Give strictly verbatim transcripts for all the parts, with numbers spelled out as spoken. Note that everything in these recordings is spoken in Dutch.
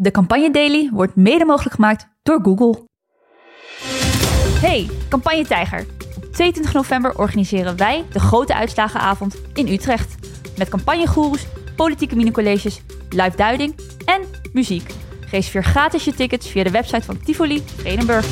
De Campagne Daily wordt mede mogelijk gemaakt door Google. Hey, Campagne Tijger. Op tweeëntwintig november organiseren wij de grote uitslagenavond in Utrecht. Met campagnegoeroes, politieke minicolleges, live duiding en muziek. Reserveer gratis je tickets via de website van Tivoli Vredenburg.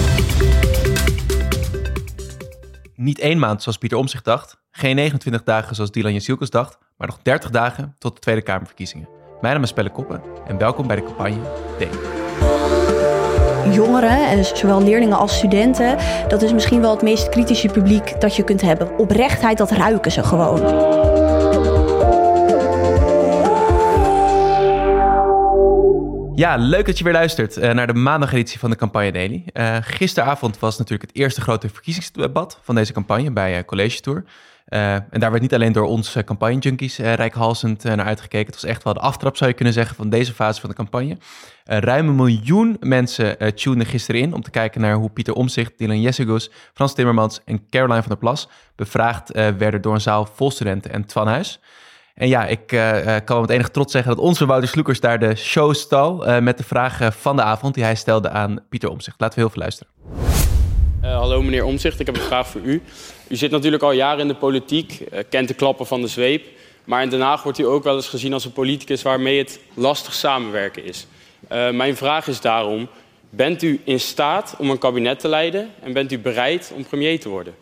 Niet één maand zoals Pieter Omtzigt dacht, geen negenentwintig dagen zoals Dylan Jezielkes dacht, maar nog dertig dagen tot de Tweede Kamerverkiezingen. Mijn naam is Pelle Koppen en welkom bij de Campagne Daily. Jongeren, en dus zowel leerlingen als studenten, dat is misschien wel het meest kritische publiek dat je kunt hebben. Oprechtheid, dat ruiken ze gewoon. Ja, leuk dat je weer luistert uh, naar de maandageditie van de Campagne Daily. Uh, gisteravond was natuurlijk het eerste grote verkiezingsdebat van deze campagne bij uh, College Tour. Uh, en daar werd niet alleen door ons uh, campagne-junkies uh, rijkhalsend uh, naar uitgekeken. Het was echt wel de aftrap, zou je kunnen zeggen, van deze fase van de campagne. Uh, ruim een miljoen mensen uh, tuneden gisteren in om te kijken naar hoe Pieter Omtzigt, Dylan Jezielkes, Frans Timmermans en Caroline van der Plas bevraagd uh, werden door een zaal vol studenten en Twan Huis. En ja, ik uh, kan met enige trots zeggen dat onze Wouter Sloekers daar de show stal uh, met de vragen van de avond die hij stelde aan Pieter Omtzigt. Laten we heel veel luisteren. Uh, hallo meneer Omtzigt, ik heb een vraag voor u. U zit natuurlijk al jaren in de politiek, uh, kent de klappen van de zweep. Maar in Den Haag wordt u ook wel eens gezien als een politicus waarmee het lastig samenwerken is. Uh, mijn vraag is daarom, bent u in staat om een kabinet te leiden en bent u bereid om premier te worden?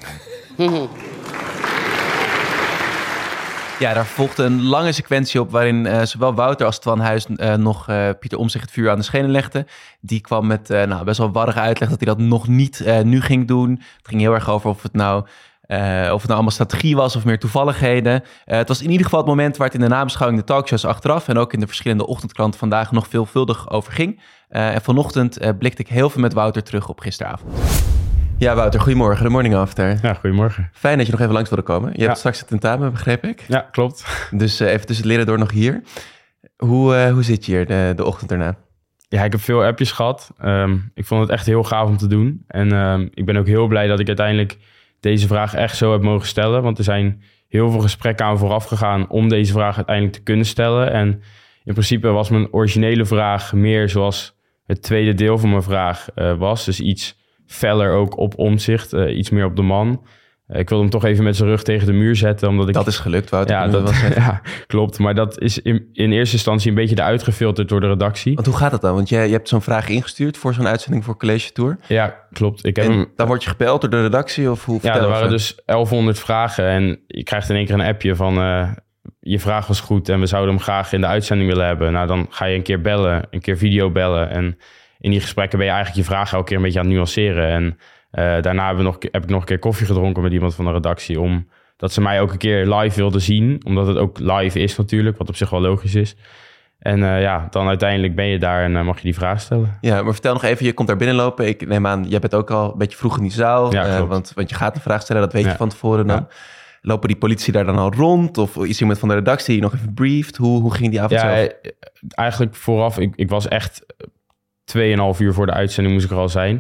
Ja, daar volgde een lange sequentie op waarin uh, zowel Wouter als Twan Huis uh, nog uh, Pieter Omtzigt het vuur aan de schenen legde. Die kwam met uh, nou, best wel warrige uitleg dat hij dat nog niet uh, nu ging doen. Het ging heel erg over of het nou, uh, of het nou allemaal strategie was of meer toevalligheden. Uh, het was in ieder geval het moment waar het in de nabeschouwing, de talkshows achteraf en ook in de verschillende ochtendkranten vandaag nog veelvuldig over ging. Uh, en vanochtend uh, blikte ik heel veel met Wouter terug op gisteravond. Ja, Wouter, goedemorgen. De morning after. Ja, goedemorgen. Fijn dat je nog even langs wilde komen. Je ja. hebt straks het tentamen, begreep ik. Ja, klopt. Dus uh, even tussen het leren door nog hier. Hoe, uh, hoe zit je hier de, de ochtend erna? Ja, ik heb veel appjes gehad. Um, ik vond het echt heel gaaf om te doen. En um, ik ben ook heel blij dat ik uiteindelijk deze vraag echt zo heb mogen stellen. Want er zijn heel veel gesprekken aan vooraf gegaan om deze vraag uiteindelijk te kunnen stellen. En in principe was mijn originele vraag meer zoals het tweede deel van mijn vraag uh, was. Dus iets feller ook op Omtzigt, uh, iets meer op de man. Uh, ik wilde hem toch even met zijn rug tegen de muur zetten. Omdat ik, dat is gelukt, Wouter. Ja, dat, dat ja, klopt. Maar dat is in, in eerste instantie een beetje eruit gefilterd door de redactie. Want hoe gaat dat dan? Want je, je hebt zo'n vraag ingestuurd voor zo'n uitzending voor College Tour. Ja, klopt. Ik heb en hem, dan word je gebeld door de redactie? Of hoe? Ja, er waren dus elfhonderd vragen. En je krijgt in één keer een appje van Uh, je vraag was goed en we zouden hem graag in de uitzending willen hebben. Nou, dan ga je een keer bellen, een keer video bellen. En in die gesprekken ben je eigenlijk je vraag elke keer een beetje aan het nuanceren. En uh, daarna hebben we nog, heb ik nog een keer koffie gedronken met iemand van de redactie. Omdat ze mij ook een keer live wilden zien. Omdat het ook live is natuurlijk, wat op zich wel logisch is. En uh, ja, dan uiteindelijk ben je daar en uh, mag je die vraag stellen. Ja, maar vertel nog even, je komt daar binnenlopen. Ik neem aan, jij bent ook al een beetje vroeg in die zaal. Ja, uh, want, want je gaat een vraag stellen, dat weet ja. je van tevoren dan. Ja. Lopen die politie daar dan al rond? Of is iemand van de redactie die nog even brieft? Hoe, hoe ging die avond ja, zelf? Eigenlijk vooraf, ik, ik was echt tweeënhalf uur voor de uitzending moest ik er al zijn.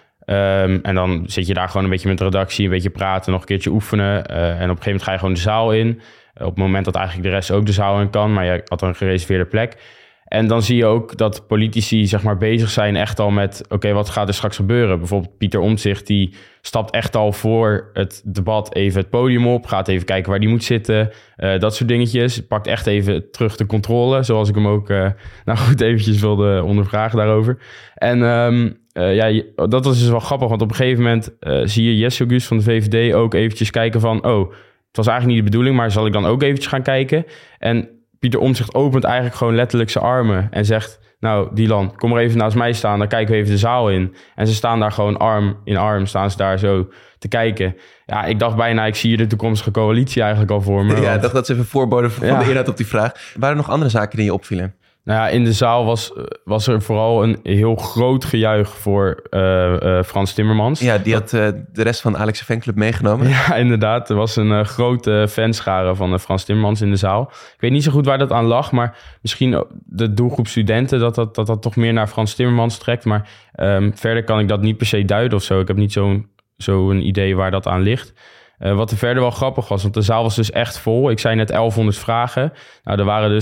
Um, en dan zit je daar gewoon een beetje met de redactie, een beetje praten, nog een keertje oefenen. Uh, en op een gegeven moment ga je gewoon de zaal in. Uh, op het moment dat eigenlijk de rest ook de zaal in kan, maar je had een gereserveerde plek. En dan zie je ook dat politici zeg maar bezig zijn echt al met oké, okay, wat gaat er straks gebeuren? Bijvoorbeeld Pieter Omtzigt, die stapt echt al voor het debat even het podium op, gaat even kijken waar die moet zitten. Uh, dat soort dingetjes. Pakt echt even terug de controle, zoals ik hem ook uh, nou goed eventjes wilde ondervragen daarover. En um, uh, ja, dat was dus wel grappig, want op een gegeven moment uh, zie je Jezielkes van de V V D ook eventjes kijken van oh, het was eigenlijk niet de bedoeling, maar zal ik dan ook eventjes gaan kijken? En Pieter Omtzigt opent eigenlijk gewoon letterlijk zijn armen en zegt nou, Dylan, kom maar even naast mij staan, dan kijken we even de zaal in. En ze staan daar gewoon arm in arm, staan ze daar zo te kijken. Ja, ik dacht bijna, ik zie hier de toekomstige coalitie eigenlijk al voor me. Ja, want... ik dacht dat ze even voorboden van ja. de inhoud op die vraag. Waren er nog andere zaken die je opvielen? Nou ja, in de zaal was, was er vooral een heel groot gejuich voor uh, uh, Frans Timmermans. Ja, die had uh, de rest van Alex fanclub meegenomen. Ja, inderdaad. Er was een uh, grote fanschare van uh, Frans Timmermans in de zaal. Ik weet niet zo goed waar dat aan lag, maar misschien de doelgroep studenten, dat dat, dat, dat toch meer naar Frans Timmermans trekt. Maar um, verder kan ik dat niet per se duiden of zo. Ik heb niet zo'n, zo'n idee waar dat aan ligt. Uh, wat er verder wel grappig was, want de zaal was dus echt vol. Ik zei net elfhonderd vragen. Nou, er waren dus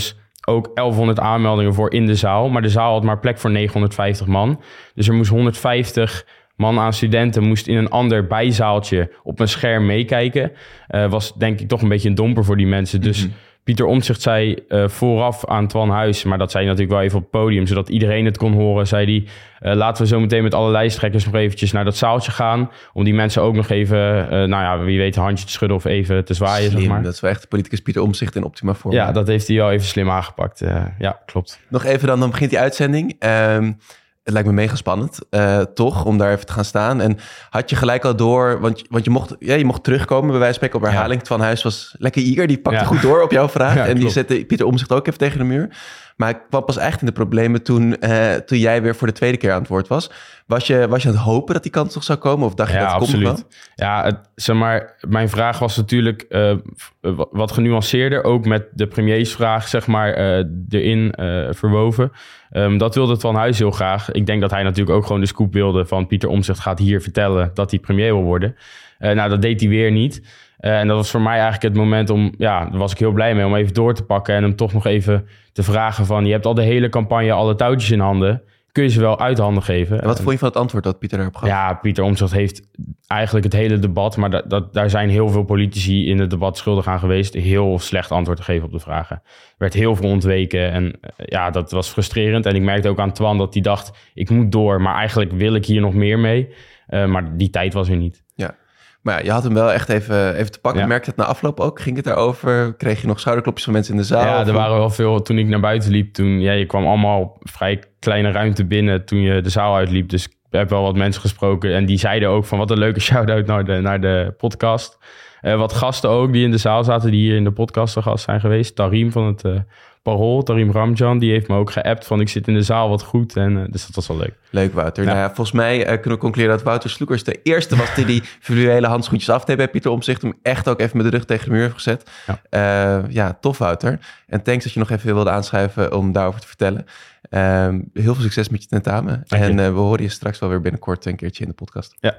ook elfhonderd aanmeldingen voor in de zaal. Maar de zaal had maar plek voor negenhonderdvijftig man. Dus er moest honderdvijftig man aan studenten moest in een ander bijzaaltje op een scherm meekijken. Uh, was denk ik toch een beetje een domper voor die mensen. Dus mm-hmm. Pieter Omtzigt zei uh, vooraf aan Twan Huys, maar dat zei hij natuurlijk wel even op het podium, zodat iedereen het kon horen, zei hij, uh, laten we zo meteen met alle lijsttrekkers nog eventjes naar dat zaaltje gaan, om die mensen ook nog even, uh, nou ja, wie weet een handje te schudden of even te zwaaien. Slim, zeg maar. Dat is wel echt de politicus Pieter Omtzigt in optima forma. Ja, dat heeft hij wel even slim aangepakt. Uh, ja, klopt. Nog even dan, dan begint die uitzending. Um, Het lijkt me mega spannend, uh, toch, om daar even te gaan staan. En had je gelijk al door, want, want je, mocht, ja, je mocht terugkomen bij wijze van spreken op herhaling. Ja. Twan Huys was lekker eager, die pakte ja. goed door op jouw vraag. Ja, en die zette Pieter Omtzigt ook even tegen de muur. Maar ik kwam pas echt in de problemen toen, uh, toen jij weer voor de tweede keer aan het woord was. Was je, was je aan het hopen dat die kans nog zou komen? Of dacht je ja, dat het absoluut. komt wel? Ja, het, zeg maar, mijn vraag was natuurlijk uh, wat genuanceerder. Ook met de premiersvraag, zeg maar, uh, erin uh, verwoven. Um, dat wilde Twan Huys heel graag. Ik denk dat hij natuurlijk ook gewoon de scoop wilde van Pieter Omtzigt gaat hier vertellen dat hij premier wil worden. Uh, nou, dat deed hij weer niet. Uh, en dat was voor mij eigenlijk het moment om, ja, daar was ik heel blij mee, om even door te pakken en hem toch nog even te vragen van, je hebt al de hele campagne, alle touwtjes in handen. Kun je ze wel uit handen geven? En wat vond je van het antwoord dat Pieter daarop gaf? Ja, Pieter Omtzigt heeft eigenlijk het hele debat, maar dat, dat, daar zijn heel veel politici in het debat schuldig aan geweest, heel slecht antwoord te geven op de vragen. Er werd heel veel ontweken en uh, ja, dat was frustrerend. En ik merkte ook aan Twan dat hij dacht, ik moet door, maar eigenlijk wil ik hier nog meer mee. Uh, maar die tijd was er niet. Ja. Maar ja, je had hem wel echt even, even te pakken. Ja. Merkte het na afloop ook? Ging het daarover? Kreeg je nog schouderklopjes van mensen in de zaal? Ja, of... er waren wel veel. Toen ik naar buiten liep, toen, ja, je kwam allemaal vrij kleine ruimte binnen toen je de zaal uitliep. Dus ik heb wel wat mensen gesproken en die zeiden ook van wat een leuke shout-out naar de, naar de podcast. Uh, wat gasten ook die in de zaal zaten, die hier in de podcast te gast zijn geweest. Tarim van het... Uh, Parool, Tarim Ramjan, die heeft me ook geappt van ik zit in de zaal, wat goed. En, uh, dus dat was wel leug. Leuk, Wouter. Ja. Nou ja, volgens mij uh, kunnen we concluderen dat Wouter Sloekers de eerste was die die virtuele handschoentjes afdeed bij Pieter Omtzigt. Hem echt ook even met de rug tegen de muur heeft gezet. Ja, uh, ja tof, Wouter. En thanks dat je nog even wilde aanschuiven om daarover te vertellen. Um, heel veel succes met je tentamen. Dank en uh, we horen je straks wel weer binnenkort een keertje in de podcast. Ja.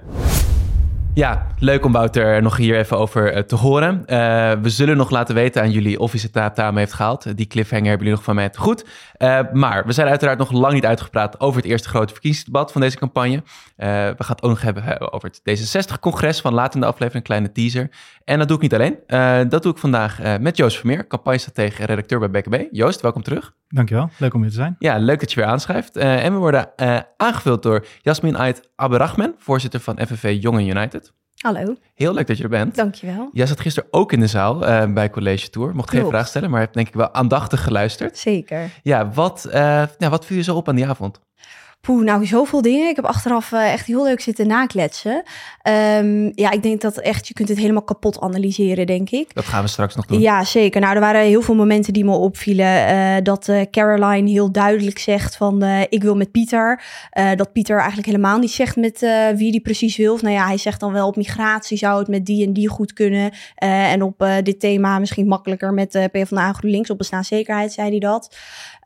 Ja, leuk om Wouter nog hier even over uh, te horen. Uh, we zullen nog laten weten aan jullie of hij zijn tentamen heeft gehaald. Die cliffhanger hebben jullie nog van mij te goed. Uh, maar we zijn uiteraard nog lang niet uitgepraat over het eerste grote verkiezingsdebat van deze campagne. Uh, we gaan het ook nog hebben over het D zesenzestig-congres van later in de aflevering, een kleine teaser. En dat doe ik niet alleen. Uh, dat doe ik vandaag uh, met Joost Vermeer, campagnestratege en redacteur bij B K B. Joost, welkom terug. Dankjewel, leuk om hier te zijn. Ja, leuk dat je weer aanschrijft. Uh, en we worden uh, aangevuld door Jasmin Ait Abderrahman, voorzitter van F N V Jongen United. Hallo. Heel leuk dat je er bent. Dankjewel. Jij zat gisteren ook in de zaal uh, bij College Tour. Mocht geen vraag stellen, maar hebt denk ik wel aandachtig geluisterd. Zeker. Ja, wat, uh, ja, wat viel je zo op aan die avond? Poeh, nou zoveel dingen. Ik heb achteraf uh, echt heel leuk zitten nakletsen. Um, ja, ik denk dat echt, je kunt het helemaal kapot analyseren, denk ik. Dat gaan we straks nog doen. Ja, zeker. Nou, er waren heel veel momenten die me opvielen. Uh, dat uh, Caroline heel duidelijk zegt van, uh, ik wil met Pieter. Uh, dat Pieter eigenlijk helemaal niet zegt met uh, wie die precies wil. Of, nou ja, hij zegt dan wel op migratie zou het met die en die goed kunnen. Uh, en op uh, dit thema misschien makkelijker met uh, PvdA GroenLinks. Op bestaanszekerheid zei hij dat.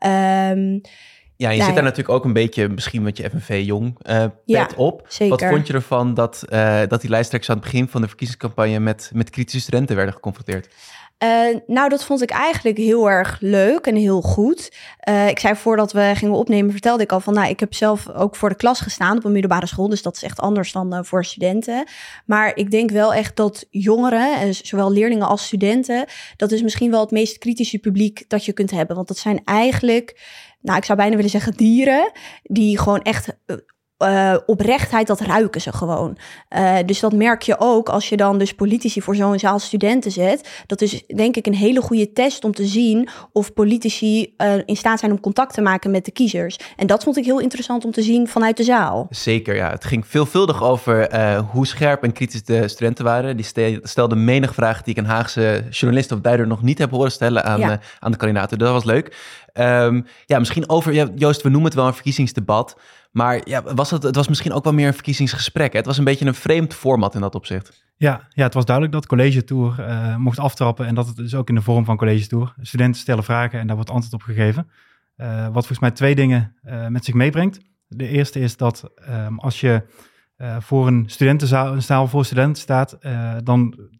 Um, Ja, je nou, zit daar natuurlijk ook een beetje, misschien met je F N V Jong uh, pet ja, op. Zeker. Wat vond je ervan dat, uh, dat die lijsttrekkers aan het begin van de verkiezingscampagne met, met kritische studenten werden geconfronteerd? Uh, nou, dat vond ik eigenlijk heel erg leuk en heel goed. Uh, ik zei voordat we gingen opnemen, vertelde ik al van, nou, ik heb zelf ook voor de klas gestaan op een middelbare school, dus dat is echt anders dan uh, voor studenten. Maar ik denk wel echt dat jongeren, en zowel leerlingen als studenten, dat is misschien wel het meest kritische publiek dat je kunt hebben. Want dat zijn eigenlijk, nou, ik zou bijna willen zeggen dieren, die gewoon echt Uh, Uh, oprechtheid, dat ruiken ze gewoon. Uh, dus dat merk je ook als je dan dus politici voor zo'n zaal studenten zet. Dat is denk ik een hele goede test om te zien of politici uh, in staat zijn om contact te maken met de kiezers. En dat vond ik heel interessant om te zien vanuit de zaal. Zeker, ja. Het ging veelvuldig over uh, hoe scherp en kritisch de studenten waren. Die stelden menig vragen die ik een Haagse journalist of duider nog niet heb horen stellen aan, ja. uh, aan de kandidaten. Dat was leuk. Um, ja, misschien over, ja, Joost, we noemen het wel een verkiezingsdebat. Maar ja, was het, het was misschien ook wel meer een verkiezingsgesprek. Hè? Het was een beetje een vreemd format in dat opzicht. Ja, ja, het was duidelijk dat College Tour uh, mocht aftrappen. En dat het dus ook in de vorm van College Tour. Studenten stellen vragen en daar wordt antwoord op gegeven. Uh, wat volgens mij twee dingen uh, met zich meebrengt. De eerste is dat um, als je uh, voor een studentenzaal, een zaal voor studenten staat, uh, dan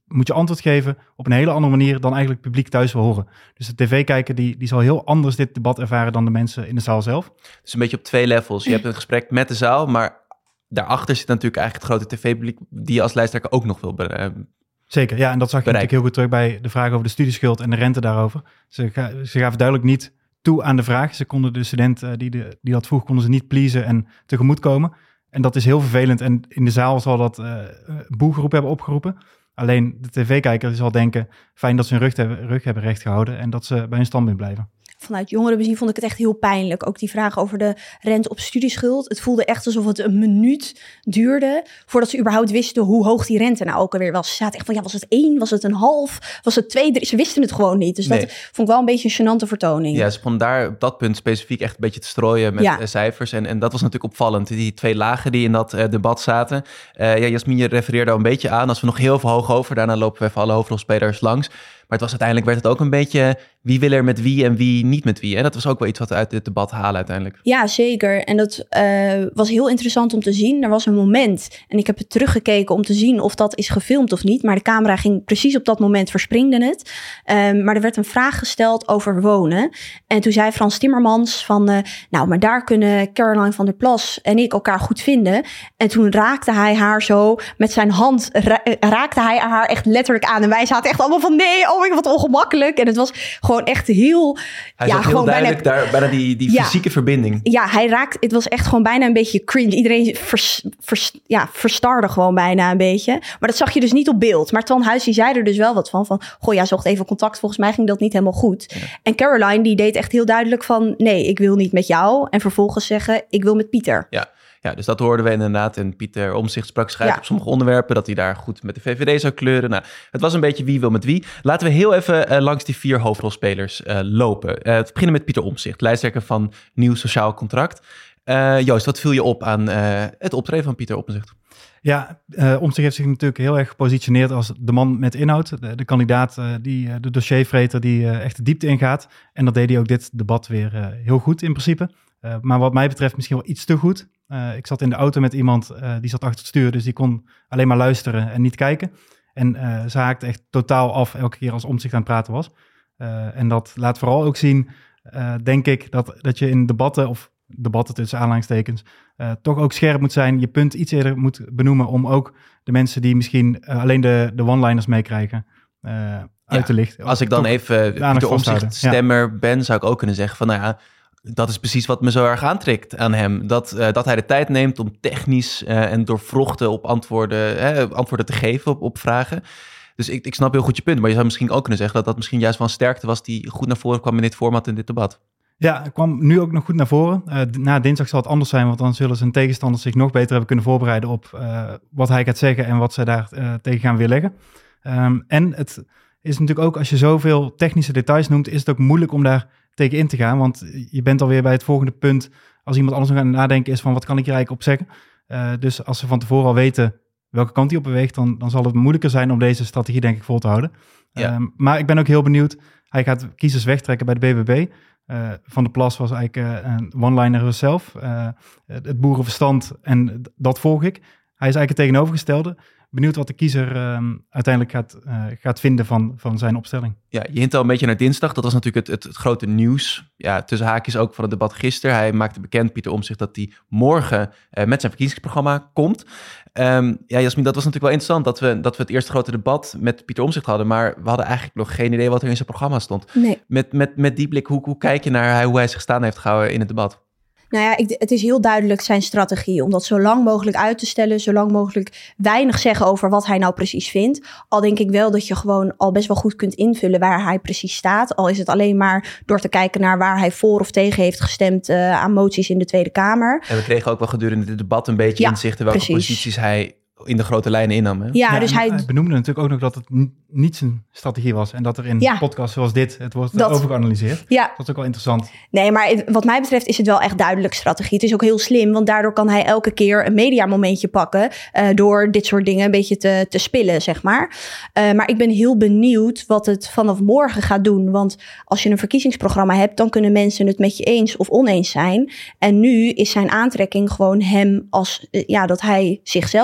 moet je antwoord geven op een hele andere manier dan eigenlijk het publiek thuis wil horen. Dus de tv-kijker die, die zal heel anders dit debat ervaren dan de mensen in de zaal zelf. Dus een beetje op twee levels. Je hebt een gesprek met de zaal, maar daarachter zit natuurlijk eigenlijk het grote tv-publiek die je als lijsttrekker ook nog wil bereiken. Zeker, ja, en dat zag je bereiken. natuurlijk heel goed terug bij de vraag over de studieschuld en de rente daarover. Ze, ga, ze gaven duidelijk niet toe aan de vraag. Ze konden de student uh, die, de, die dat vroeg, konden ze niet pleasen en tegemoetkomen. En dat is heel vervelend. En in de zaal zal dat uh, boegeroep hebben opgeroepen. Alleen de tv-kijker zal denken, fijn dat ze hun rug hebben, rug hebben recht gehouden en dat ze bij hun standpunt blijven. Vanuit jongerenbezien vond ik het echt heel pijnlijk. Ook die vraag over de rente op studieschuld. Het voelde echt alsof het een minuut duurde voordat ze überhaupt wisten hoe hoog die rente nou ook alweer was. Ze zaten echt van, ja, was het één? Was het een half? Was het twee? Drie? Ze wisten het gewoon niet. Dus nee. Dat vond ik wel een beetje een gênante vertoning. Ja, ze begonnen daar op dat punt specifiek echt een beetje te strooien met ja. uh, cijfers. En, en dat was natuurlijk opvallend. Die twee lagen die in dat uh, debat zaten. Uh, ja, Jasmin, je refereerde al een beetje aan. Als we nog heel veel hoog over, daarna lopen we even alle hoofdrolspelers langs. Maar het was uiteindelijk werd het ook een beetje wie wil er met wie en wie niet met wie. En dat was ook wel iets wat we uit dit debat halen uiteindelijk. Ja, zeker. En dat uh, was heel interessant om te zien. Er was een moment en ik heb het teruggekeken om te zien of dat is gefilmd of niet. Maar de camera ging precies op dat moment, verspringde het. Um, maar er werd een vraag gesteld over wonen. En toen zei Frans Timmermans van, uh, nou, maar daar kunnen Caroline van der Plas en ik elkaar goed vinden. En toen raakte hij haar zo met zijn hand, ra- raakte hij haar echt letterlijk aan. En wij zaten echt allemaal van, nee, oh, wat ongemakkelijk. En het was gewoon echt heel... Hij ja, zag heel gewoon duidelijk bijna, daar, bijna die, die ja, fysieke verbinding. Ja, hij raakt... Het was echt gewoon bijna een beetje cringe. Iedereen vers, vers, ja, verstarde gewoon bijna een beetje. Maar dat zag je dus niet op beeld. Maar Twan Huis, die zei er dus wel wat van. Van, goh, ja, zocht even contact. Volgens mij ging dat niet helemaal goed. Ja. En Caroline, die deed echt heel duidelijk van... nee, ik wil niet met jou. En vervolgens zeggen, ik wil met Pieter. Ja. Ja, dus dat hoorden we inderdaad. En Pieter Omtzigt sprak schuit ja. op sommige onderwerpen... dat hij daar goed met de V V D zou kleuren. Nou, het was een beetje wie wil met wie. Laten we heel even uh, langs die vier hoofdrolspelers uh, lopen. Uh, we beginnen met Pieter Omtzigt, lijsttrekker van Nieuw Sociaal Contract. Uh, Joost, wat viel je op aan uh, het optreden van Pieter Omtzigt? Ja, uh, Omtzigt heeft zich natuurlijk heel erg gepositioneerd als de man met inhoud. De, de kandidaat, uh, die, uh, de dossiervreter die uh, echt de diepte ingaat. En dat deed hij ook dit debat weer uh, heel goed in principe. Uh, maar wat mij betreft misschien wel iets te goed. Uh, ik zat in de auto met iemand, uh, die zat achter het stuur, dus die kon alleen maar luisteren en niet kijken. En uh, ze haakte echt totaal af elke keer als Omtzigt aan het praten was. Uh, en dat laat vooral ook zien, uh, denk ik, dat, dat je in debatten, of debatten tussen aanhalingstekens, uh, toch ook scherp moet zijn, je punt iets eerder moet benoemen om ook de mensen die misschien uh, alleen de, de one-liners meekrijgen, uh, uit ja, te lichten. Als ik dan even Pieter Omtzigt stemmer ja. ben, zou ik ook kunnen zeggen van, nou ja, dat is precies wat me zo erg aantrekt aan hem. Dat, uh, dat hij de tijd neemt om technisch uh, en doorvrochten op antwoorden, hè, antwoorden te geven op, op vragen. Dus ik, ik snap heel goed je punt. Maar je zou misschien ook kunnen zeggen dat dat misschien juist wel een sterkte was die goed naar voren kwam in dit format, in dit debat. Ja, het kwam nu ook nog goed naar voren. Uh, na dinsdag zal het anders zijn, want dan zullen zijn tegenstanders zich nog beter hebben kunnen voorbereiden op uh, wat hij gaat zeggen en wat zij daar uh, tegen gaan weerleggen. Um, en het is natuurlijk ook, als je zoveel technische details noemt, is het ook moeilijk om daar tegen in te gaan, want je bent alweer bij het volgende punt als iemand anders nog aan het nadenken is van wat kan ik hier eigenlijk op zeggen. Uh, dus als ze van tevoren al weten welke kant hij op beweegt, dan, dan zal het moeilijker zijn om deze strategie denk ik vol te houden. Ja. Um, maar ik ben ook heel benieuwd, hij gaat kiezers wegtrekken bij de B B B. Uh, Van der Plas was eigenlijk uh, een one-liner zelf, uh, het boerenverstand en d- dat volg ik. Hij is eigenlijk het tegenovergestelde. Benieuwd wat de kiezer uh, uiteindelijk gaat, uh, gaat vinden van, van zijn opstelling. Ja, je hint al een beetje naar dinsdag. Dat was natuurlijk het, het, het grote nieuws. Ja, tussen haakjes ook van het debat gisteren. Hij maakte bekend, Pieter Omtzigt, dat hij morgen uh, met zijn verkiezingsprogramma komt. Um, ja, Jasmin, dat was natuurlijk wel interessant dat we, dat we het eerste grote debat met Pieter Omtzigt hadden. Maar we hadden eigenlijk nog geen idee wat er in zijn programma stond. Nee. Met, met, met die blik, hoe, hoe kijk je naar hoe hij zich staan heeft gehouden in het debat? Nou ja, ik, het is heel duidelijk zijn strategie om dat zo lang mogelijk uit te stellen, zo lang mogelijk weinig zeggen over wat hij nou precies vindt. Al denk ik wel dat je gewoon al best wel goed kunt invullen waar hij precies staat. Al is het alleen maar door te kijken naar waar hij voor of tegen heeft gestemd uh, aan moties in de Tweede Kamer. En we kregen ook wel gedurende dit debat een beetje ja, inzicht in welke precies. posities hij in de grote lijnen innam. Hè? Ja, ja, dus hij... hij benoemde natuurlijk ook nog dat het n- niet zijn strategie was. En dat er in ja. podcasts zoals dit het wordt dat... overgeanalyseerd. Ja. Dat is ook wel interessant. Nee, maar het, wat mij betreft is het wel echt duidelijk strategie. Het is ook heel slim, want daardoor kan hij elke keer een mediamomentje pakken Uh, door dit soort dingen een beetje te, te spillen, zeg maar. Uh, maar ik ben heel benieuwd wat het vanaf morgen gaat doen. Want als je een verkiezingsprogramma hebt, dan kunnen mensen het met je eens of oneens zijn. En nu is zijn aantrekking gewoon hem als, uh, ja, dat hij zichzelf is.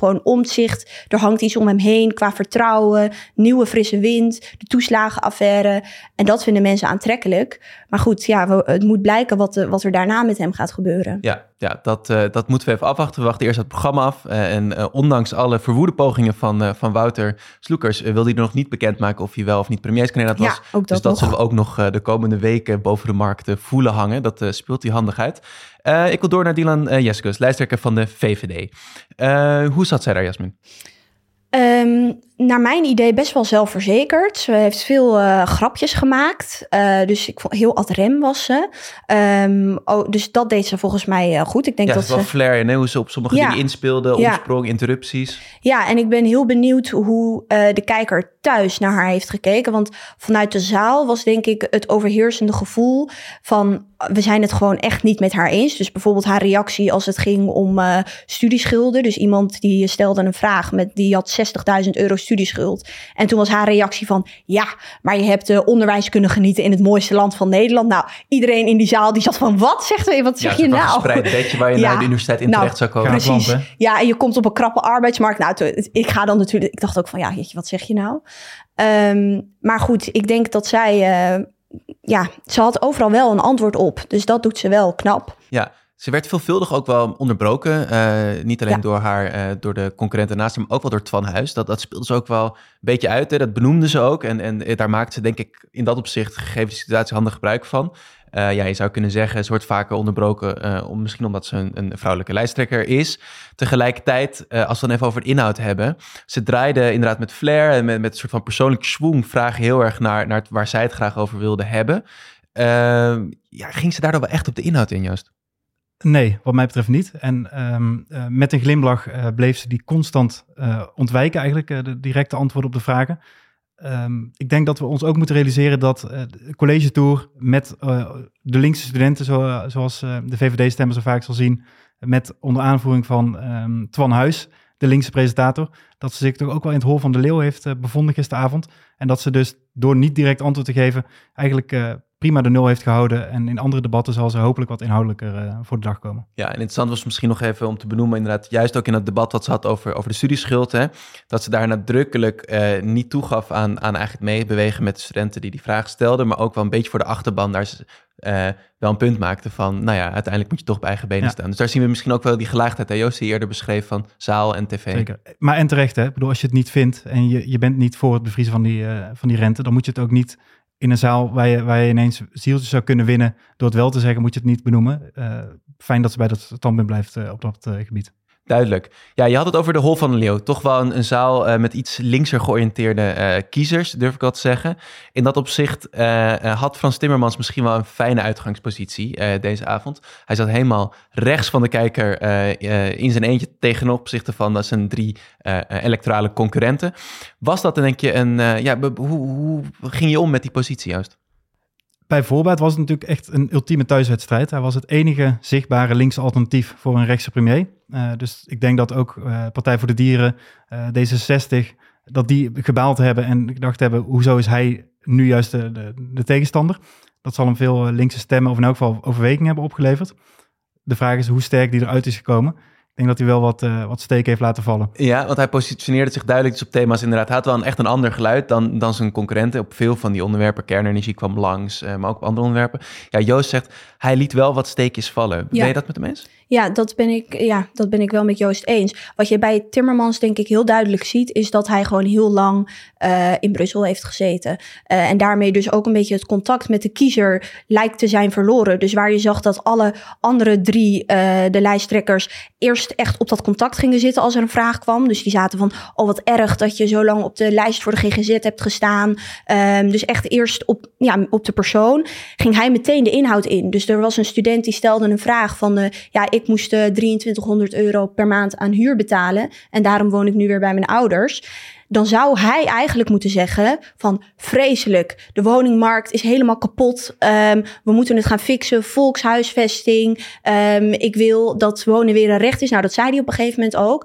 gewoon Omtzigt. Er hangt iets om hem heen qua vertrouwen, nieuwe frisse wind, de toeslagenaffaire. En dat vinden mensen aantrekkelijk. Maar goed, ja, we, het moet blijken wat, de, wat er daarna met hem gaat gebeuren. Ja, ja dat, uh, dat moeten we even afwachten. We wachten eerst het programma af. Uh, en uh, ondanks alle verwoede pogingen van, uh, van Wouter Sloekers... Uh, wil hij er nog niet bekendmaken of hij wel of niet premierskandidaat was. Ja, ook dat dus dat nog. zullen we ook nog uh, de komende weken boven de markt uh, voelen hangen. Dat uh, speelt hij handig uit. Uh, ik wil door naar Dylan uh, Jessicus, lijsttrekker van de V V D. Uh, hoe zat zij daar, Jasmin? Um, naar mijn idee best wel zelfverzekerd. Ze heeft veel uh, grapjes gemaakt. Uh, dus ik vond heel ad rem was ze. Um, oh, dus dat deed ze volgens mij uh, goed. Ik denk ja, dat het is wel ze... flair in, hè? Hoe ze op sommige ja. dingen inspeelde, ja. omsprong, interrupties. Ja, en ik ben heel benieuwd hoe uh, de kijker thuis naar haar heeft gekeken. Want vanuit de zaal was denk ik het overheersende gevoel van... we zijn het gewoon echt niet met haar eens. Dus bijvoorbeeld haar reactie als het ging om uh, studieschulden. Dus iemand die stelde een vraag met die had zestigduizend euro studieschuld. En toen was haar reactie van... ja, maar je hebt uh, onderwijs kunnen genieten in het mooiste land van Nederland. Nou, iedereen in die zaal die zat van... wat zegt u? Wat zeg ja, je nou? Ja, een gespreid bedje waar je ja. naar de universiteit in nou, terecht zou komen. Precies. Land, ja, en je komt op een krappe arbeidsmarkt. Nou, toen, ik ga dan natuurlijk... Ik dacht ook van, ja, jeetje, wat zeg je nou? Um, maar goed, ik denk dat zij... Uh, ja, ze had overal wel een antwoord op. Dus dat doet ze wel knap. Ja, ze werd veelvuldig ook wel onderbroken. Uh, niet alleen ja. door haar, uh, door de concurrenten naast hem, maar ook wel door Twan Huis. Dat, dat speelde ze ook wel een beetje uit. Hè? Dat benoemde ze ook. En, en daar maakte ze denk ik in dat opzicht, gegeven de situatie, handig gebruik van. Uh, ja, je zou kunnen zeggen, ze wordt vaker onderbroken, uh, om, misschien omdat ze een, een vrouwelijke lijsttrekker is. Tegelijkertijd, uh, als we dan even over de inhoud hebben, ze draaide inderdaad met flair en met, met een soort van persoonlijke schwung vragen heel erg naar, naar het, waar zij het graag over wilde hebben. Uh, ja, ging ze daardoor wel echt op de inhoud in, Joost? Nee, wat mij betreft niet. En um, uh, met een glimlach uh, bleef ze die constant uh, ontwijken eigenlijk, uh, de directe antwoorden op de vragen. Um, ik denk dat we ons ook moeten realiseren dat uh, de college tour met uh, de linkse studenten, zo, uh, zoals uh, de V V D-stemmer zo vaak zal zien, met onder aanvoering van um, Twan Huis, de linkse presentator, dat ze zich toch ook wel in het hol van de leeuw heeft uh, bevonden gisteravond. En dat ze dus door niet direct antwoord te geven eigenlijk uh, prima de nul heeft gehouden. En in andere debatten zal ze hopelijk wat inhoudelijker uh, voor de dag komen. Ja, en interessant was misschien nog even om te benoemen, inderdaad, juist ook in het debat wat ze had over, over de studieschuld, hè, dat ze daar nadrukkelijk uh, niet toegaf aan, aan eigenlijk meebewegen met de studenten die die vraag stelden, maar ook wel een beetje voor de achterban daar ze uh, wel een punt maakte van, nou ja, uiteindelijk moet je toch op eigen benen ja. staan. Dus daar zien we misschien ook wel die gelaagdheid, hè, Joost, die je eerder beschreef van zaal en tv. Zeker. Maar en terecht, hè. Ik bedoel, als je het niet vindt en je, je bent niet voor het bevriezen van die, uh, van die rente, dan moet je het ook niet in een zaal waar je, waar je ineens zieltjes zou kunnen winnen door het wel te zeggen, moet je het niet benoemen. Uh, fijn dat ze bij dat standpunt blijft uh, op dat uh, gebied. Duidelijk. Ja, je had het over de Hol van de Leeuw. Toch wel een, een zaal uh, met iets linkser georiënteerde uh, kiezers, durf ik wel te zeggen. In dat opzicht uh, uh, had Frans Timmermans misschien wel een fijne uitgangspositie uh, deze avond. Hij zat helemaal rechts van de kijker uh, uh, in zijn eentje ten opzichte van zijn drie uh, uh, electorale concurrenten. Was dat dan denk je een... Uh, ja, hoe, hoe ging je om met die positie, Joost? Bij voorbaat was het natuurlijk echt een ultieme thuiswedstrijd. Hij was het enige zichtbare linkse alternatief voor een rechtse premier. Uh, dus ik denk dat ook uh, Partij voor de Dieren, uh, D zesenzestig, dat die gebaald hebben en gedacht hebben, hoezo is hij nu juist de, de, de tegenstander? Dat zal hem veel uh, linkse stemmen of in elk geval overweging hebben opgeleverd. De vraag is hoe sterk die eruit is gekomen. Ik denk dat hij wel wat, uh, wat steken heeft laten vallen. Ja, want hij positioneerde zich duidelijk dus op thema's. Inderdaad, hij had wel een, echt een ander geluid dan, dan zijn concurrenten. Op veel van die onderwerpen, kernenergie kwam langs, uh, maar ook op andere onderwerpen. Ja, Joost zegt, hij liet wel wat steekjes vallen. Ja. Ben je dat met hem eens? Ja dat, ben ik, ja, dat ben ik wel met Joost eens. Wat je bij Timmermans denk ik heel duidelijk ziet, is dat hij gewoon heel lang uh, in Brussel heeft gezeten. Uh, en daarmee dus ook een beetje het contact met de kiezer lijkt te zijn verloren. Dus waar je zag dat alle andere drie, uh, de lijsttrekkers, eerst echt op dat contact gingen zitten als er een vraag kwam. Dus die zaten van, oh wat erg dat je zo lang op de lijst voor de G G Z hebt gestaan. Um, dus echt eerst op, ja, op de persoon ging hij meteen de inhoud in. Dus er was een student die stelde een vraag van, uh, ja, ik moest uh, drieëntwintighonderd euro per maand aan huur betalen. En daarom woon ik nu weer bij mijn ouders. Dan zou hij eigenlijk moeten zeggen van vreselijk, de woningmarkt is helemaal kapot. Um, we moeten het gaan fixen, volkshuisvesting. Um, ik wil dat wonen weer een recht is. Nou, dat zei hij op een gegeven moment ook.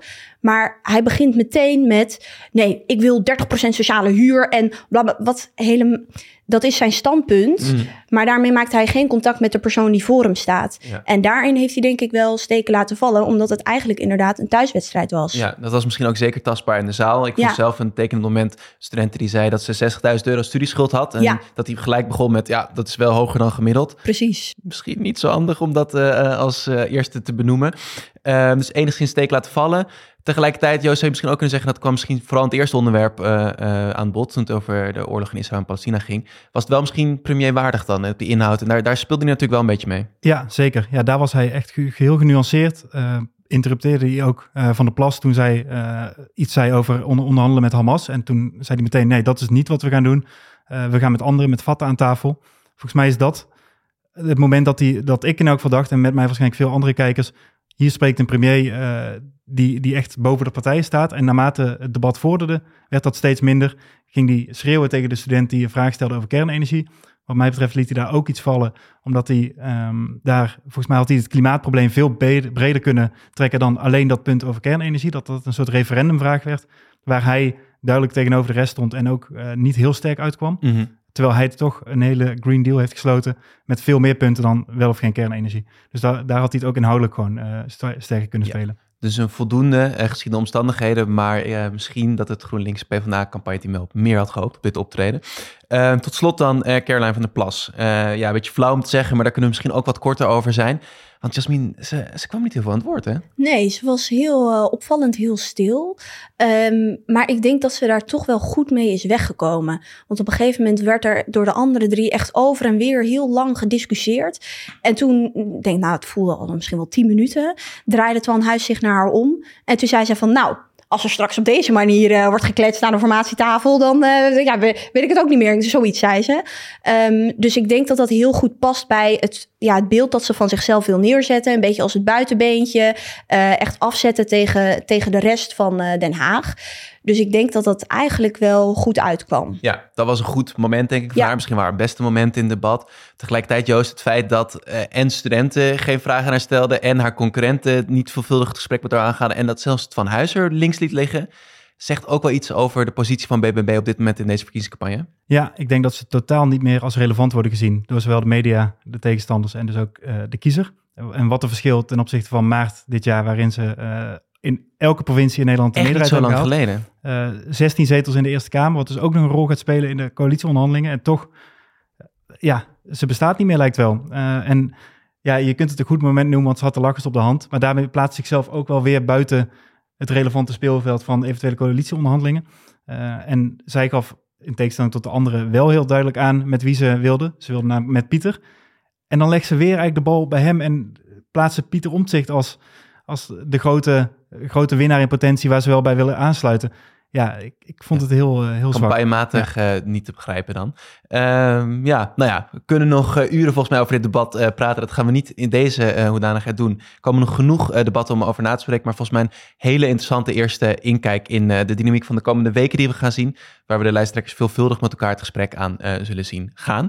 Maar hij begint meteen met, nee, ik wil dertig procent sociale huur en blablabla. Wat hele, dat is zijn standpunt. Mm. Maar daarmee maakt hij geen contact met de persoon die voor hem staat. Ja. En daarin heeft hij denk ik wel steken laten vallen, omdat het eigenlijk inderdaad een thuiswedstrijd was. Ja, dat was misschien ook zeker tastbaar in de zaal. Ik ja. vond zelf een tekenend moment studenten die zei dat ze zestigduizend euro studieschuld had. En ja. dat hij gelijk begon met, ja, dat is wel hoger dan gemiddeld. Precies. Misschien niet zo handig om dat uh, als uh, eerste te benoemen. Uh, dus enigszins steek laten vallen. Tegelijkertijd, Joost, zou je misschien ook kunnen zeggen, dat kwam misschien vooral het eerste onderwerp uh, uh, aan bod, toen het over de oorlog in Israël en Palestina ging. Was het wel misschien premierwaardig dan, op die inhoud? En daar, daar speelde hij natuurlijk wel een beetje mee. Ja, zeker. Ja, daar was hij echt ge- heel genuanceerd. Uh, interpreteerde hij ook uh, Van der Plas toen zij uh, iets zei over onder- onderhandelen met Hamas. En toen zei hij meteen, nee, dat is niet wat we gaan doen. Uh, we gaan met anderen, met Fatah aan tafel. Volgens mij is dat het moment dat, die, dat ik in elk geval dacht, en met mij waarschijnlijk veel andere kijkers, hier spreekt een premier uh, die, die echt boven de partijen staat. En naarmate het debat vorderde, werd dat steeds minder. Ging hij schreeuwen tegen de student die een vraag stelde over kernenergie. Wat mij betreft liet hij daar ook iets vallen, omdat hij um, daar, volgens mij had hij het klimaatprobleem veel breder, breder kunnen trekken dan alleen dat punt over kernenergie. Dat dat een soort referendumvraag werd, waar hij duidelijk tegenover de rest stond en ook uh, niet heel sterk uitkwam. Mm-hmm. Terwijl hij toch een hele Green Deal heeft gesloten met veel meer punten dan wel of geen kernenergie. Dus daar, daar had hij het ook inhoudelijk gewoon uh, sterker kunnen spelen. Ja, dus een voldoende, uh, gezien de omstandigheden, maar uh, misschien dat het GroenLinks PvdA-campagne-team op meer had gehoopt op dit optreden. Uh, tot slot dan uh, Caroline van der Plas. Uh, ja, een beetje flauw om te zeggen, maar daar kunnen we misschien ook wat korter over zijn. Want Jasmin, ze, ze kwam niet heel veel aan het woord, hè? Nee, ze was heel uh, opvallend heel stil. Um, maar ik denk dat ze daar toch wel goed mee is weggekomen. Want op een gegeven moment werd er door de andere drie echt over en weer heel lang gediscussieerd. En toen, denk nou, het voelde al misschien wel tien minuten, draaide Twan Huis zich naar haar om. En toen zei ze van, nou, als er straks op deze manier uh, wordt gekletst aan de formatietafel, dan uh, ja, weet ik het ook niet meer. Zoiets zei ze. Um, dus ik denk dat dat heel goed past bij het, ja, het beeld dat ze van zichzelf wil neerzetten. Een beetje als het buitenbeentje. Uh, echt afzetten tegen, tegen de rest van uh, Den Haag. Dus ik denk dat dat eigenlijk wel goed uitkwam. Ja, dat was een goed moment, denk ik, voor ja. haar. Misschien wel haar beste moment in het debat. Tegelijkertijd, Joost, het feit dat uh, en studenten geen vragen aan haar stelden en haar concurrenten niet veelvuldig het gesprek met haar aangaan en dat zelfs Van Huizer links liet liggen, zegt ook wel iets over de positie van B B B op dit moment in deze verkiezingscampagne. Ja, ik denk dat ze totaal niet meer als relevant worden gezien door zowel de media, de tegenstanders en dus ook uh, de kiezer. En wat een verschil ten opzichte van maart dit jaar, waarin ze Uh, in elke provincie in Nederland de Echt meerderheid niet zo lang geleden. geleden. Uh, zestien zetels in de Eerste Kamer, wat dus ook nog een rol gaat spelen in de coalitieonderhandelingen. En toch, uh, ja, ze bestaat niet meer, lijkt wel. Uh, en ja, je kunt het een goed moment noemen, want ze had de lachers op de hand. Maar daarmee plaatst zichzelf ook wel weer buiten het relevante speelveld van eventuele coalitieonderhandelingen. Uh, en zij gaf in tegenstelling tot de anderen wel heel duidelijk aan met wie ze wilde. Ze wilde naar, met Pieter. En dan legt ze weer eigenlijk de bal bij hem en plaatst ze Pieter Omtzigt als, als de grote, grote winnaar in potentie waar ze wel bij willen aansluiten. Ja, ik, ik vond het heel, uh, heel zwak. Campagnematig ja. uh, niet te begrijpen dan. Uh, ja, nou ja, we kunnen nog uh, uren volgens mij over dit debat uh, praten. Dat gaan we niet in deze uh, hoedanigheid doen. Er komen nog genoeg uh, debatten om over na te spreken. Maar volgens mij een hele interessante eerste inkijk in uh, de dynamiek van de komende weken die we gaan zien. Waar we de lijsttrekkers veelvuldig met elkaar het gesprek aan uh, zullen zien gaan.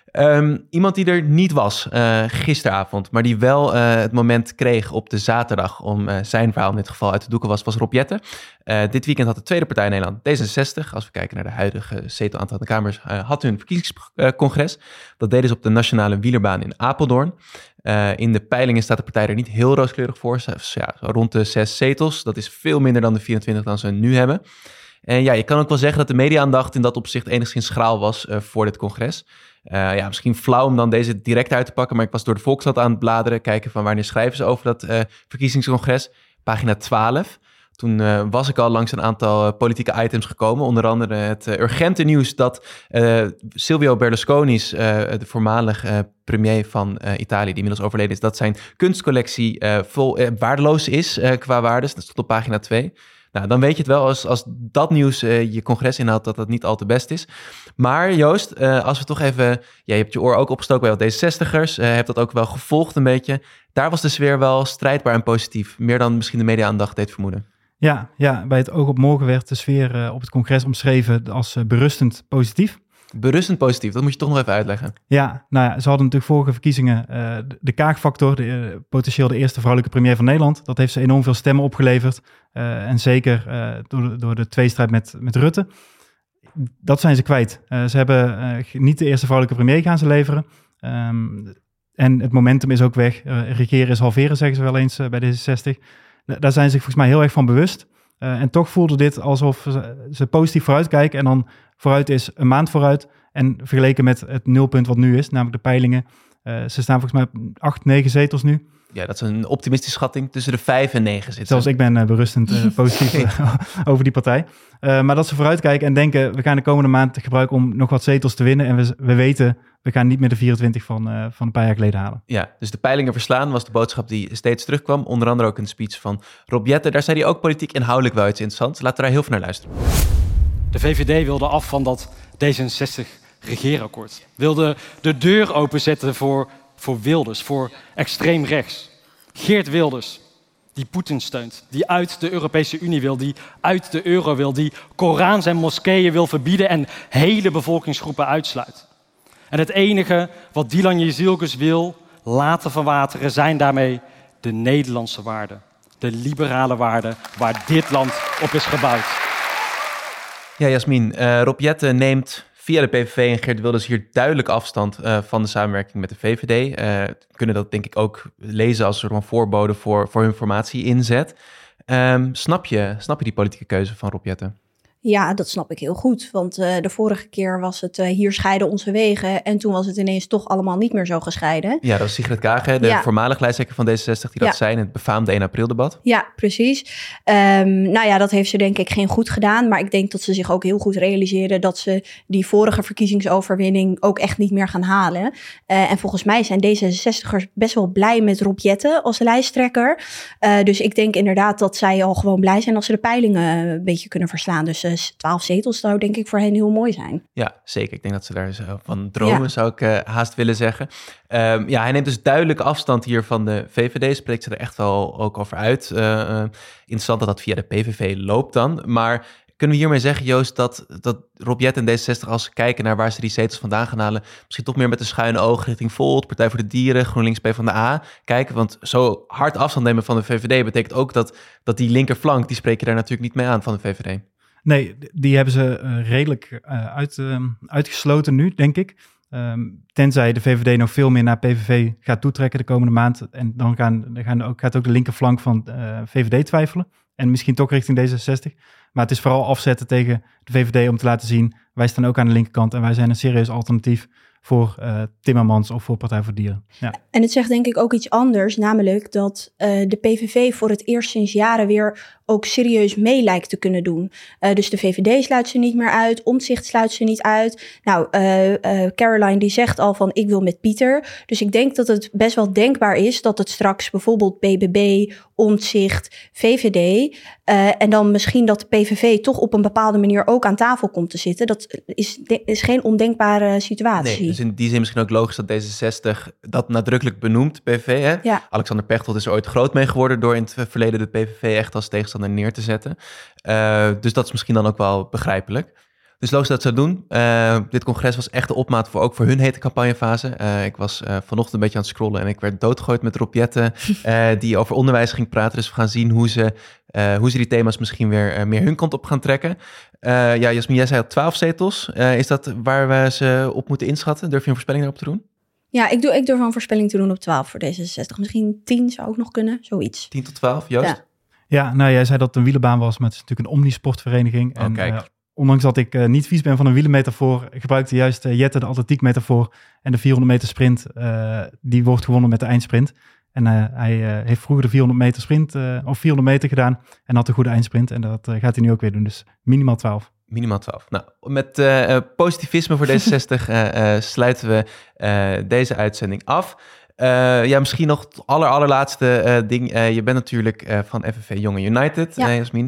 Um, iemand die er niet was uh, gisteravond, maar die wel uh, het moment kreeg op de zaterdag om uh, zijn verhaal in dit geval uit de doeken was, was Rob Jetten. Uh, dit weekend had de tweede partij in Nederland, D zesenzestig, als we kijken naar de huidige zetelaantal in de Kamers, uh, had hun verkiezingscongres. Dat deden ze op de Nationale Wielerbaan in Apeldoorn. Uh, in de peilingen staat de partij er niet heel rooskleurig voor, dus, ja, rond de zes zetels. Dat is veel minder dan de vierentwintig dan ze nu hebben. En ja, je kan ook wel zeggen dat de media-aandacht in dat opzicht enigszins schraal was uh, voor dit congres. Uh, ja, misschien flauw om dan deze direct uit te pakken, maar ik was door de Volkskrant aan het bladeren, kijken van wanneer schrijven ze over dat uh, verkiezingscongres. Pagina twaalf. Toen uh, was ik al langs een aantal uh, politieke items gekomen, onder andere het uh, urgente nieuws dat uh, Silvio Berlusconi, uh, de voormalig uh, premier van uh, Italië, die inmiddels overleden is, dat zijn kunstcollectie uh, vol, uh, waardeloos is uh, qua waardes. Dat stond op pagina twee. Nou, dan weet je het wel als, als dat nieuws uh, je congres inhoudt, dat dat niet al te best is. Maar Joost, uh, als we toch even, ja, je hebt je oor ook opgestoken bij wat D zesenzestigers, uh, hebt dat ook wel gevolgd een beetje. Daar was de sfeer wel strijdbaar en positief, meer dan misschien de media-aandacht deed vermoeden. Ja, ja, bij het Oog op Morgen werd de sfeer uh, op het congres omschreven als uh, berustend positief. Berustend positief, dat moet je toch nog even uitleggen. Ja, nou ja, ze hadden natuurlijk vorige verkiezingen uh, de, de Kaag-factor, de, uh, potentieel de eerste vrouwelijke premier van Nederland. Dat heeft ze enorm veel stemmen opgeleverd. Uh, en zeker uh, door, de, door de tweestrijd met, met Rutte. Dat zijn ze kwijt. Uh, ze hebben uh, niet de eerste vrouwelijke premier gaan ze leveren. Um, en het momentum is ook weg. Uh, regeren is halveren, zeggen ze wel eens uh, bij D zesenzestig. D- daar zijn ze zich volgens mij heel erg van bewust. Uh, en toch voelde dit alsof ze, ze positief vooruitkijken. En dan vooruit is een maand vooruit. En vergeleken met het nulpunt wat nu is, namelijk de peilingen. Uh, ze staan volgens mij op acht, negen zetels nu. Ja, dat is een optimistische schatting. Tussen de vijf en negen zitten. Zelfs ik ben uh, berustend uh, positief uh, over die partij. Uh, maar dat ze vooruitkijken en denken, we gaan de komende maand gebruiken om nog wat zetels te winnen. En we, we weten, we gaan niet meer de vierentwintig van, uh, van een paar jaar geleden halen. Ja, dus de peilingen verslaan was de boodschap die steeds terugkwam. Onder andere ook een speech van Rob Jetten. Daar zei hij ook politiek inhoudelijk wel iets interessants. Laten we daar heel veel naar luisteren. De V V D wilde af van dat D zesenzestig regeerakkoord. Wilde de deur openzetten voor, voor Wilders, voor extreem rechts. Geert Wilders, die Poetin steunt, die uit de Europese Unie wil, die uit de euro wil, die Korans en moskeeën wil verbieden en hele bevolkingsgroepen uitsluit. En het enige wat Dylan Jezielkus wil laten verwateren zijn daarmee de Nederlandse waarden. De liberale waarden waar dit land op is gebouwd. Ja, Jasmin, uh, Rob Jetten neemt via de P V V en Geert Wilders hier duidelijk afstand uh, van de samenwerking met de V V D. Uh, kunnen dat denk ik ook lezen als een soort van voorbode voor, voor hun formatie-inzet. Um, snap je, snap je die politieke keuze van Rob Jetten? Ja, dat snap ik heel goed. Want uh, de vorige keer was het uh, hier scheiden onze wegen. En toen was het ineens toch allemaal niet meer zo gescheiden. Ja, dat was Sigrid Kaag, de ja. voormalig lijsttrekker van D zesenzestig, die dat ja. zei in het befaamde één april debat. Ja, precies. Um, nou ja, dat heeft ze denk ik geen goed gedaan. Maar ik denk dat ze zich ook heel goed realiseren dat ze die vorige verkiezingsoverwinning ook echt niet meer gaan halen. Uh, en volgens mij zijn D zesenzestigers best wel blij met Rob Jetten als lijsttrekker. Uh, dus ik denk inderdaad dat zij al gewoon blij zijn als ze de peilingen een beetje kunnen verslaan. Dus twaalf zetels zou denk ik voor hen heel mooi zijn. Ja, zeker. Ik denk dat ze daar van dromen, ja. zou ik uh, haast willen zeggen. Um, ja, hij neemt dus duidelijk afstand hier van de V V D, spreekt ze er echt wel ook over uit. Uh, uh, interessant dat dat via de P V V loopt dan. Maar kunnen we hiermee zeggen, Joost, dat, dat Rob Jetten en D zesenzestig, als ze kijken naar waar ze die zetels vandaan gaan halen, misschien toch meer met een schuine oog richting Volt, Partij voor de Dieren, GroenLinks, PvdA kijken? Want zo hard afstand nemen van de V V D betekent ook dat, dat die linkerflank, die spreken daar natuurlijk niet mee aan van de V V D. Nee, die hebben ze uh, redelijk uh, uit, uh, uitgesloten nu, denk ik. Um, tenzij de V V D nog veel meer naar P V V gaat toetrekken de komende maand. En dan, gaan, dan gaan ook, gaat ook de linkerflank van uh, V V D twijfelen. En misschien toch richting D zesenzestig. Maar het is vooral afzetten tegen de V V D om te laten zien, wij staan ook aan de linkerkant en wij zijn een serieus alternatief voor uh, Timmermans of voor Partij voor de Dieren. Ja. En het zegt denk ik ook iets anders, namelijk dat uh, de P V V voor het eerst sinds jaren weer ook serieus mee lijkt te kunnen doen. Uh, dus de V V D sluit ze niet meer uit, Omtzigt sluit ze niet uit. Nou, uh, uh, Caroline die zegt al van ik wil met Pieter. Dus ik denk dat het best wel denkbaar is dat het straks bijvoorbeeld B B B, Omtzigt, V V D uh, en dan misschien dat de P V V toch op een bepaalde manier ook aan tafel komt te zitten. Dat is, de, is geen ondenkbare situatie. Nee, dus in die zin misschien ook logisch dat D zesenzestig dat nadrukkelijk benoemt, P V V. Hè? Ja. Alexander Pechtold is er ooit groot mee geworden door in het verleden de P V V echt als tegenstander neer te zetten. Uh, dus dat is misschien dan ook wel begrijpelijk. Dus logisch dat ze dat doen. Uh, dit congres was echt de opmaat voor ook voor hun hete campagnefase. Uh, ik was uh, vanochtend een beetje aan het scrollen en ik werd doodgegooid met Rob Jetten, uh, die over onderwijs ging praten. Dus we gaan zien hoe ze, uh, hoe ze die thema's misschien weer uh, meer hun kant op gaan trekken. Uh, ja, Jasmin, jij zei al twaalf zetels. Uh, is dat waar we ze op moeten inschatten? Durf je een voorspelling daarop te doen? Ja, ik, doe, ik durf een voorspelling te doen op twaalf voor D zesenzestig. Misschien tien zou ook nog kunnen, zoiets. tien tot twaalf, Joost? Ja. Ja, nou jij zei dat het een wielenbaan was, maar het is natuurlijk een omnisportvereniging. Oh, en kijk. Uh, ondanks dat ik uh, niet vies ben van een wielenmetafoor, gebruikte juist uh, Jetten de atletiekmetafoor. En de vierhonderd meter sprint, uh, die wordt gewonnen met de eindsprint. En uh, hij uh, heeft vroeger de vierhonderd meter sprint, uh, of vierhonderd meter gedaan en had een goede eindsprint. En dat uh, gaat hij nu ook weer doen, dus minimaal twaalf. Minimaal twaalf. Nou, met uh, uh, positivisme voor D zesenzestig uh, uh, sluiten we uh, deze uitzending af. Uh, ja, misschien nog het aller, allerlaatste uh, ding. Uh, je bent natuurlijk uh, van F N V Jonge United, ja. uh, Jasmin.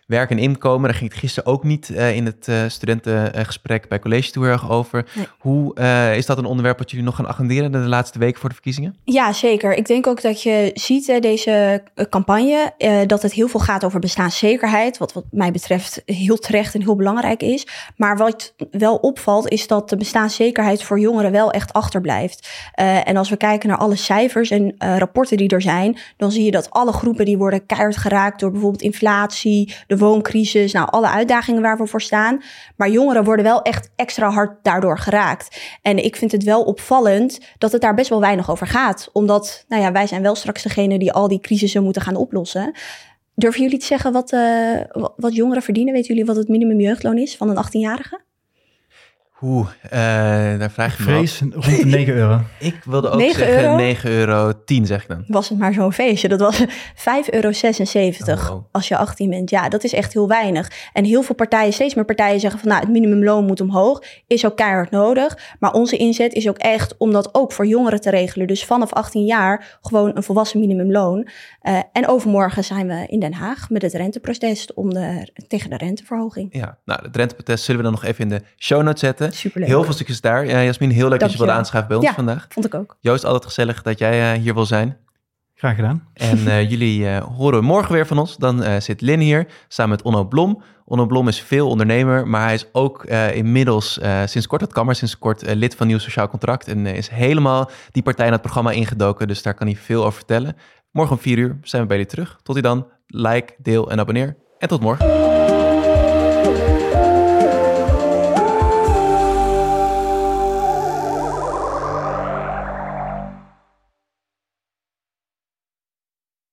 werk en inkomen. Daar ging het gisteren ook niet uh, in het uh, studentengesprek bij College Tour erg over. Nee. Hoe uh, is dat een onderwerp wat jullie nog gaan agenderen de laatste weken voor de verkiezingen? Ja, zeker. Ik denk ook dat je ziet uh, deze uh, campagne uh, dat het heel veel gaat over bestaanszekerheid, wat wat mij betreft heel terecht en heel belangrijk is. Maar wat wel opvalt is dat de bestaanszekerheid voor jongeren wel echt achterblijft. Uh, en als we kijken naar alle cijfers en uh, rapporten die er zijn, dan zie je dat alle groepen die worden keihard geraakt door bijvoorbeeld inflatie, de wooncrisis, nou alle uitdagingen waar we voor staan. Maar jongeren worden wel echt extra hard daardoor geraakt. En ik vind het wel opvallend dat het daar best wel weinig over gaat. Omdat, nou ja, wij zijn wel straks degene die al die crisissen moeten gaan oplossen. Durven jullie te zeggen wat, uh, wat jongeren verdienen? Weten jullie wat het minimumjeugdloon is van een achttienjarige? Oeh, uh, daar vraag je me Vrees rond de negen euro. Ik wilde ook zeggen negen euro tien, zeg ik dan. Was het maar zo'n feestje. Dat was vijf euro zesenzeventig oh, oh. als je achttien bent. Ja, dat is echt heel weinig. En heel veel partijen, steeds meer partijen zeggen van nou, het minimumloon moet omhoog. Is ook keihard nodig. Maar onze inzet is ook echt om dat ook voor jongeren te regelen. Dus vanaf achttien jaar gewoon een volwassen minimumloon. Uh, en overmorgen zijn we in Den Haag met het renteprotest om de, tegen de renteverhoging. Ja, nou, het renteprotest zullen we dan nog even in de show notes zetten. Superleuk. Heel veel stukjes daar. Ja, Jasmin, heel leuk Dank dat je wilde aanschuiven bij ons ja, vandaag. Vond ik ook. Joost, altijd gezellig dat jij uh, hier wil zijn. Graag gedaan. En uh, jullie uh, horen morgen weer van ons. Dan uh, zit Lynn hier, samen met Onno Blom. Onno Blom is veel ondernemer, maar hij is ook uh, inmiddels uh, sinds kort, dat kan maar sinds kort, uh, lid van Nieuw Sociaal Contract. En uh, is helemaal die partij in het programma ingedoken. Dus daar kan hij veel over vertellen. Morgen om vier uur zijn we bij jullie terug. Tot die dan, like, deel en abonneer. En tot morgen.